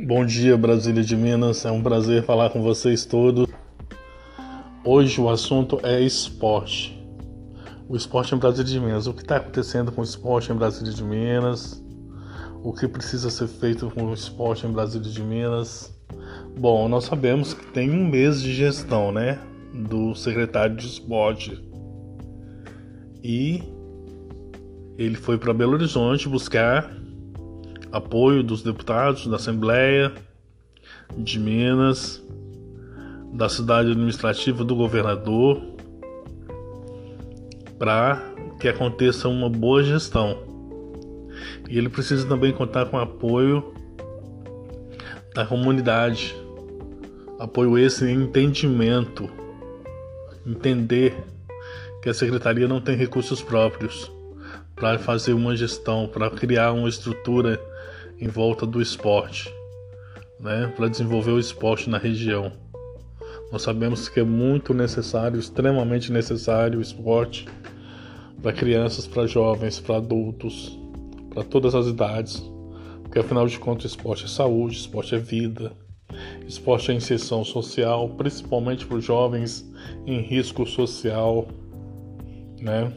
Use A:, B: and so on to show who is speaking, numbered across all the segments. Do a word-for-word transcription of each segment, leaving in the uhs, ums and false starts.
A: Bom dia, Brasília de Minas, é um prazer falar com vocês todos. Hoje o assunto é esporte. O esporte em Brasília de Minas. O que está acontecendo com o esporte em Brasília de Minas? O que precisa ser feito com o esporte em Brasília de Minas? Bom, nós sabemos que tem um mês de gestão, né, do secretário de esporte. E ele foi para Belo Horizonte buscar apoio dos deputados da Assembleia de Minas, da cidade administrativa do governador, para que aconteça uma boa gestão. E ele precisa também contar com o apoio da comunidade, apoio esse em entendimento, entender que a secretaria não tem recursos próprios para fazer uma gestão, para criar uma estrutura em volta do esporte, né, para desenvolver o esporte na região. Nós sabemos que é muito necessário, extremamente necessário o esporte para crianças, para jovens, para adultos, para todas as idades, porque afinal de contas o esporte é saúde, esporte é vida, esporte é inserção social, principalmente para os jovens em risco social, né?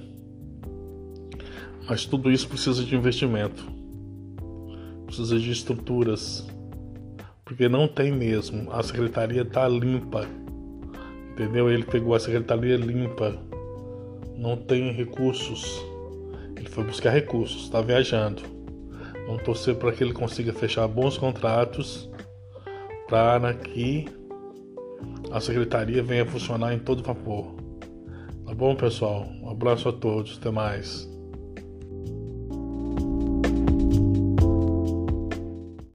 A: Mas tudo isso precisa de investimento, precisa de estruturas, porque não tem mesmo. A secretaria está limpa, entendeu? Ele pegou a secretaria limpa, não tem recursos. Ele foi buscar recursos, está viajando. Vamos torcer para que ele consiga fechar bons contratos para que a secretaria venha funcionar em todo vapor. Tá bom, pessoal? Um abraço a todos, até mais.